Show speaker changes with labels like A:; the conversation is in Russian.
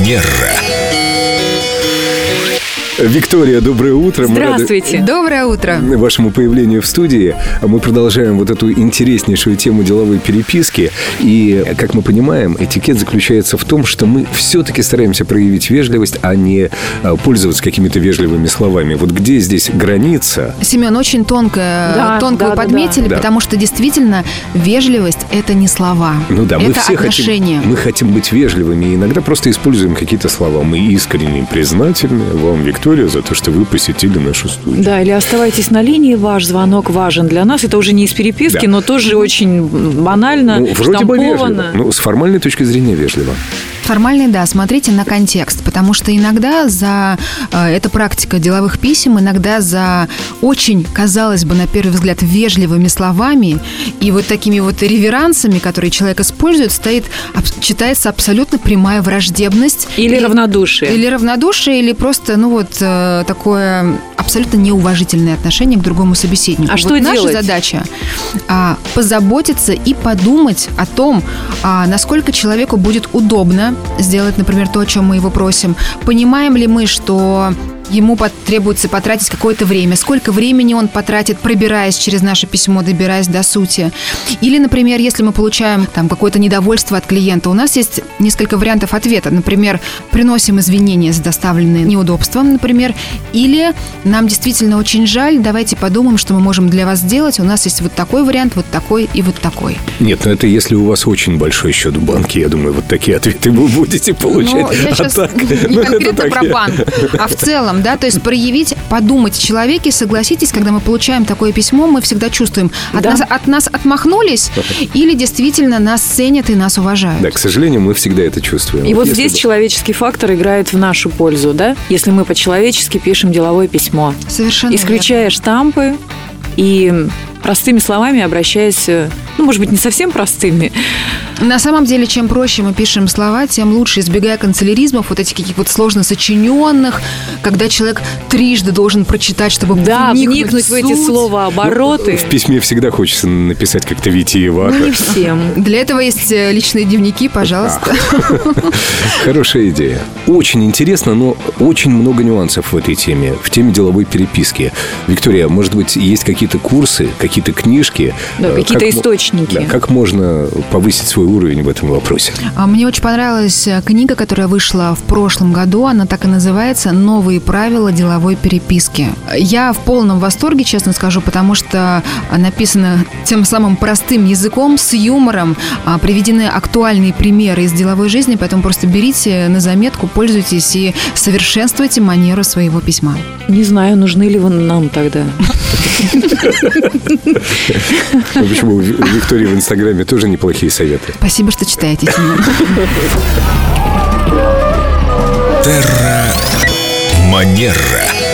A: Манера.
B: Виктория, доброе утро.
C: Здравствуйте.
D: Доброе утро.
B: Вашему появлению в студии. Мы продолжаем вот эту интереснейшую тему деловой переписки. И, как мы понимаем, этикет заключается в том, что мы все-таки стараемся проявить вежливость, а не пользоваться какими-то вежливыми словами. Вот где здесь граница?
D: Семен, очень тонкую подметили,
B: Да.
D: потому что действительно вежливость – это не слова.
B: Ну да, мы
D: это
B: все
D: отношения.
B: хотим быть вежливыми. И иногда просто используем какие-то слова. Мы искренне признательны вам, Виктория, за то, что вы посетили нашу студию.
C: Да, или оставайтесь на линии, ваш звонок важен для нас. Это уже не из переписки,
B: Да.
C: но тоже очень банально,
B: Вроде бы вежливо.
C: штамповано.
B: С формальной точки зрения вежливо.
D: Формальный, да, смотрите на контекст, потому что иногда эта практика деловых писем, иногда за очень, казалось бы, на первый взгляд, вежливыми словами и вот такими вот реверансами, которые человек использует, читается абсолютно прямая враждебность.
C: Или равнодушие.
D: Или равнодушие, или просто, такое абсолютно неуважительное отношение к другому собеседнику.
C: А что
D: наша
C: делать?
D: Задача позаботиться и подумать о том, насколько человеку будет удобно сделать, например, то, о чем мы его просим. Понимаем ли мы, что ему потребуется потратить какое-то время, сколько времени он потратит, пробираясь через наше письмо, добираясь до сути. Или, например, если мы получаем какое-то недовольство от клиента, у нас есть несколько вариантов ответа. Например, приносим извинения за доставленные неудобства, например, или нам действительно очень жаль, давайте подумаем, что мы можем для вас сделать. У нас есть вот такой вариант, вот такой и вот такой.
B: Нет, это если у вас очень большой счет в банке, я думаю, вот такие ответы вы будете получать.
D: Я сейчас не конкретно про банк, а в целом, то есть проявить, подумать о человеке, согласитесь, когда мы получаем такое письмо, мы всегда чувствуем, от нас отмахнулись или действительно нас ценят и нас уважают.
B: Да, к сожалению, мы всегда это чувствуем.
C: И вот здесь человеческий фактор играет в нашу пользу, да? Если мы по-человечески пишем деловое письмо.
D: Совершенно
C: исключая штампы и простыми словами обращаясь, может быть, не совсем простыми.
D: На самом деле, чем проще мы пишем слова, тем лучше, избегая канцеляризмов, вот этих каких-то сложно сочиненных, когда человек трижды должен прочитать, чтобы
C: вникнуть в эти словообороты.
B: В письме всегда хочется написать как-то витиевато.
C: Не всем.
D: Для этого есть личные дневники, пожалуйста.
B: Хорошая идея. Очень интересно, но очень много нюансов в этой теме, в теме деловой переписки. Виктория, может быть, есть какие-то курсы, какие-то книжки?
C: Да, какие-то источники.
B: Да, как можно повысить свой уровень в этом вопросе?
D: Мне очень понравилась книга, которая вышла в прошлом году. Она так и называется «Новые правила деловой переписки». Я в полном восторге, честно скажу, потому что написано тем самым простым языком, с юмором, приведены актуальные примеры из деловой жизни, поэтому просто берите на заметку, пользуйтесь и совершенствуйте манеру своего письма.
C: Не знаю, нужны ли вы нам тогда.
B: Почему у Виктории в Инстаграме тоже неплохие советы.
D: Спасибо, что читаете.
A: Терра Манера.